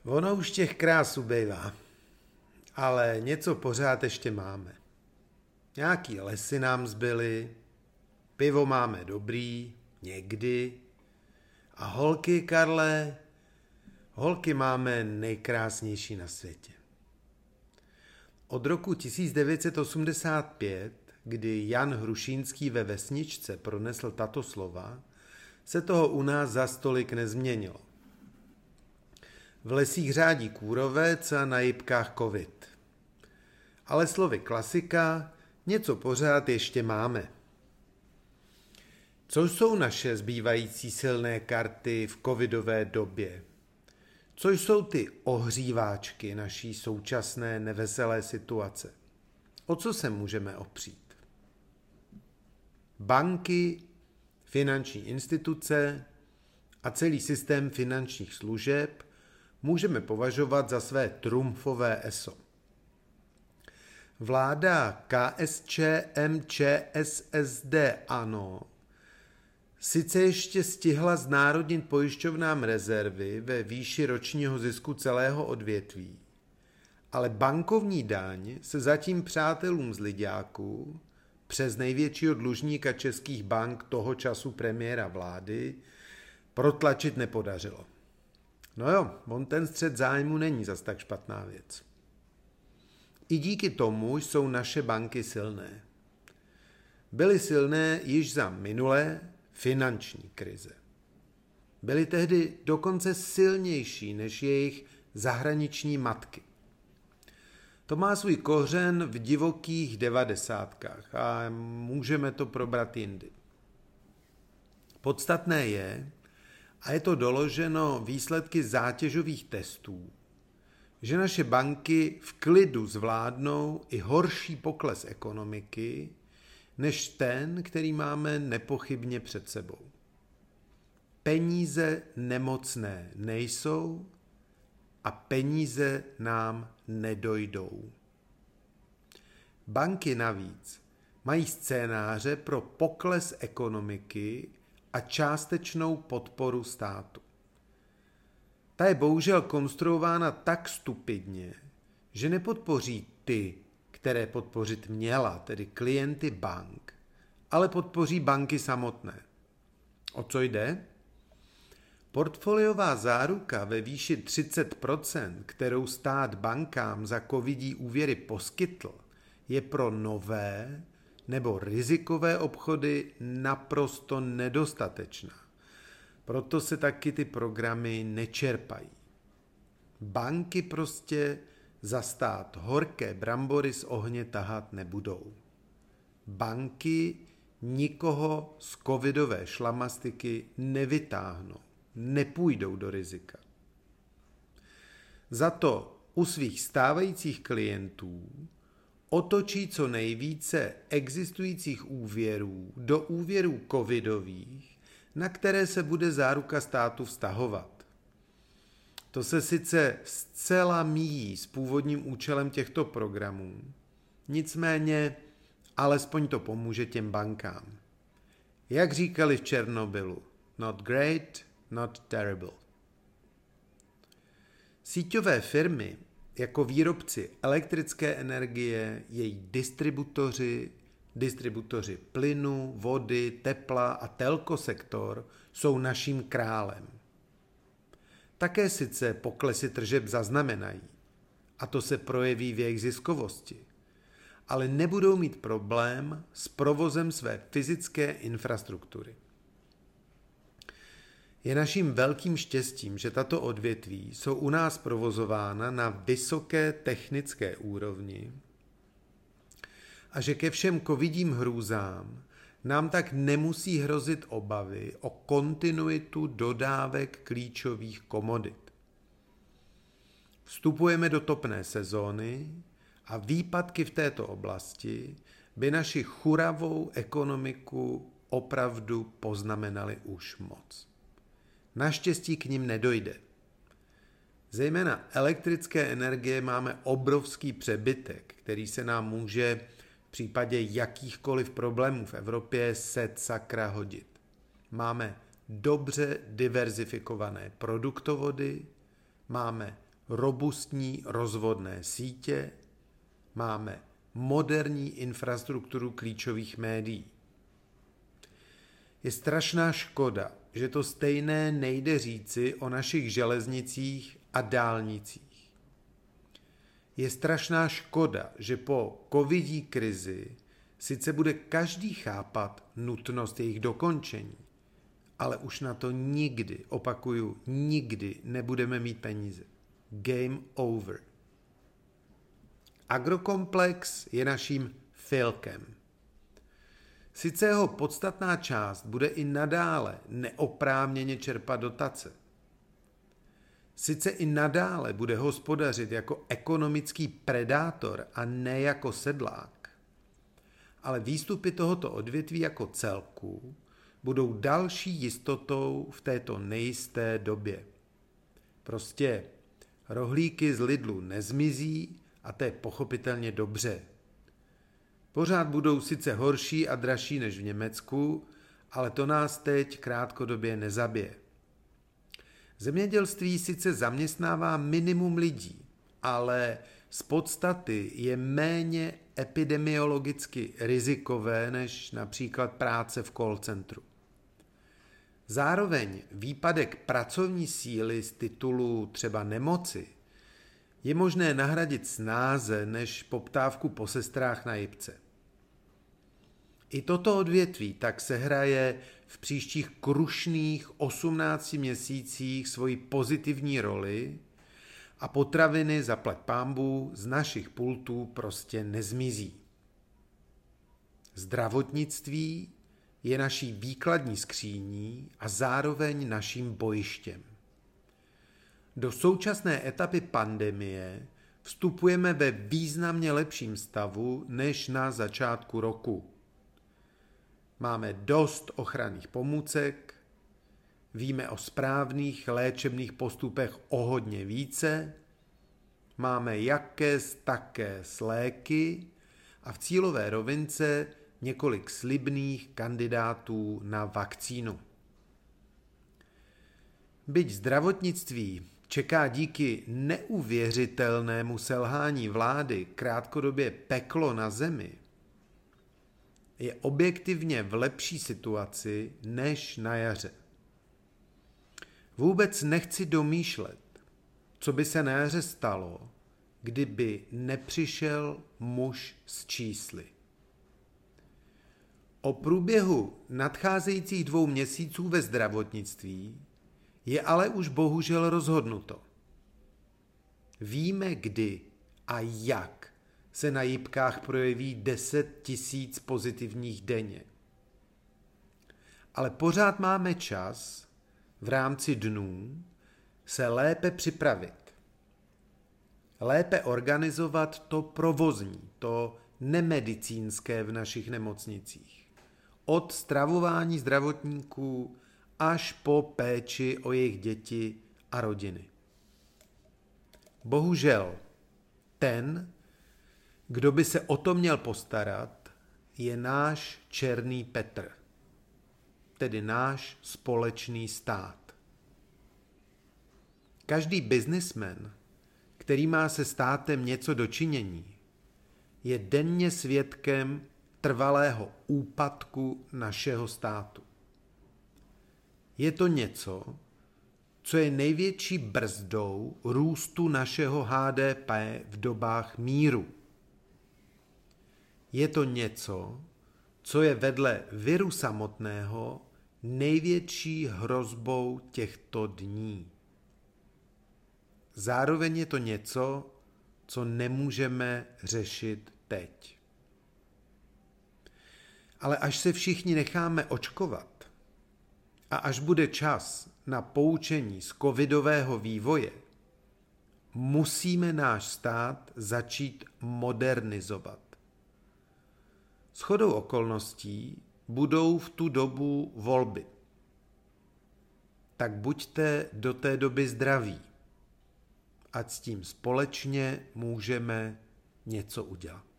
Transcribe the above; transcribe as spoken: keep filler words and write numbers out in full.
Ono už těch krás ubejvá, ale něco pořád ještě máme. Nějaký lesy nám zbyly, pivo máme dobrý, někdy. A holky, Karle, holky máme nejkrásnější na světě. Od roku tisíc devět set osmdesát pět, kdy Jan Hrušínský ve Vesničce pronesl tato slova, se toho u nás za stolik nezměnilo. V lesích řádí kůrovec a na jipkách covid. Ale slovy klasika, něco pořád ještě máme. Co jsou naše zbývající silné karty v covidové době? Co jsou ty ohříváčky naší současné neveselé situace? O co se můžeme opřít? Banky, finanční instituce a celý systém finančních služeb můžeme považovat za své trumfové eso. Vláda K S Č M Č S S D ANO sice ještě stihla znárodnit pojišťovnám rezervy ve výši ročního zisku celého odvětví, ale bankovní daň se zatím přátelům z Liďáků přes největšího dlužníka českých bank toho času premiéra vlády protlačit nepodařilo. No jo, on ten střet zájmu není zas tak špatná věc. I díky tomu jsou naše banky silné. Byly silné již za minulé finanční krize. Byly tehdy dokonce silnější než jejich zahraniční matky. To má svůj kořen v divokých devadesátkách a můžeme to probrat jindy. Podstatné je, a je to doloženo výsledky zátěžových testů, že naše banky v klidu zvládnou i horší pokles ekonomiky, než ten, který máme nepochybně před sebou. Peníze nemocné nejsou a peníze nám nedojdou. Banky navíc mají scénáře pro pokles ekonomiky a částečnou podporu státu. Ta je bohužel konstruována tak stupidně, že nepodpoří ty, které podpořit měla, tedy klienty bank, ale podpoří banky samotné. O co jde? Portfoliová záruka ve výši třicet procent, kterou stát bankám za covidí úvěry poskytl, je pro nové nebo rizikové obchody naprosto nedostatečná. Proto se taky ty programy nečerpají. Banky prostě za stát horké brambory z ohně tahat nebudou. Banky nikoho z covidové šlamastiky nevytáhnou, nepůjdou do rizika. Za to u svých stávajících klientů otočí co nejvíce existujících úvěrů do úvěrů covidových, na které se bude záruka státu vztahovat. To se sice zcela míjí s původním účelem těchto programů, nicméně alespoň to pomůže těm bankám. Jak říkali v Černobylu, not great, not terrible. Síťové firmy jako výrobci elektrické energie, její distributoři, distributoři plynu, vody, tepla a telkosektor jsou naším králem. Také sice poklesy tržeb zaznamenají, a to se projeví v jejich ziskovosti, ale nebudou mít problém s provozem své fyzické infrastruktury. Je naším velkým štěstím, že tato odvětví jsou u nás provozována na vysoké technické úrovni a že ke všem covidím hrůzám nám tak nemusí hrozit obavy o kontinuitu dodávek klíčových komodit. Vstupujeme do topné sezóny a výpadky v této oblasti by naši churavou ekonomiku opravdu poznamenaly už moc. Naštěstí k nim nedojde. Zejména elektrické energie máme obrovský přebytek, který se nám může v případě jakýchkoliv problémů v Evropě set sakra hodit. Máme dobře diverzifikované produktovody, máme robustní rozvodné sítě, máme moderní infrastrukturu klíčových médií. Je strašná škoda, že to stejné nejde říci o našich železnicích a dálnicích. Je strašná škoda, že po covidí krizi sice bude každý chápat nutnost jejich dokončení, ale už na to nikdy, opakuju, nikdy nebudeme mít peníze. Game over. Agrokomplex je naším filkem. Sice jeho podstatná část bude i nadále neoprávněně čerpat dotace. Sice i nadále bude hospodařit jako ekonomický predátor a ne jako sedlák, ale výstupy tohoto odvětví jako celku budou další jistotou v této nejisté době. Prostě rohlíky z Lidlu nezmizí a to je pochopitelně dobře. Pořád budou sice horší a dražší než v Německu, ale to nás teď krátkodobě nezabije. Zemědělství sice zaměstnává minimum lidí, ale z podstaty je méně epidemiologicky rizikové než například práce v call centru. Zároveň výpadek pracovní síly z titulu třeba nemoci je možné nahradit snáze než poptávku po sestrách na jipce. I toto odvětví tak sehraje v příštích krušných osmnácti měsících svoji pozitivní roli a potraviny zaplať pánbů z našich pultů prostě nezmizí. Zdravotnictví je naší výkladní skříní a zároveň naším bojištěm. Do současné etapy pandemie vstupujeme ve významně lepším stavu než na začátku roku. Máme dost ochranných pomůcek, víme o správných léčebných postupech o hodně více, máme jakés také léky a v cílové rovince několik slibných kandidátů na vakcínu. Byť zdravotnictví čeká díky neuvěřitelnému selhání vlády krátkodobě peklo na zemi, je objektivně v lepší situaci než na jaře. Vůbec nechci domýšlet, co by se na jaře stalo, kdyby nepřišel muž s čísly. O průběhu nadcházejících dvou měsíců ve zdravotnictví je ale už bohužel rozhodnuto. Víme, kdy a jak se na jipkách projeví deset tisíc pozitivních denně. Ale pořád máme čas v rámci dnů se lépe připravit. Lépe organizovat to provozní, to nemedicínské v našich nemocnicích. Od stravování zdravotníků až po péči o jejich děti a rodiny. Bohužel, ten, kdo by se o to měl postarat, je náš černý Petr, tedy náš společný stát. Každý biznismen, který má se státem něco dočinění, je denně svědkem trvalého úpadku našeho státu. Je to něco, co je největší brzdou růstu našeho H D P v dobách míru. Je to něco, co je vedle viru samotného největší hrozbou těchto dní. Zároveň je to něco, co nemůžeme řešit teď. Ale až se všichni necháme očkovat a až bude čas na poučení z covidového vývoje, musíme náš stát začít modernizovat. Shodou okolností budou v tu dobu volby. Tak buďte do té doby zdraví, ať s tím společně můžeme něco udělat.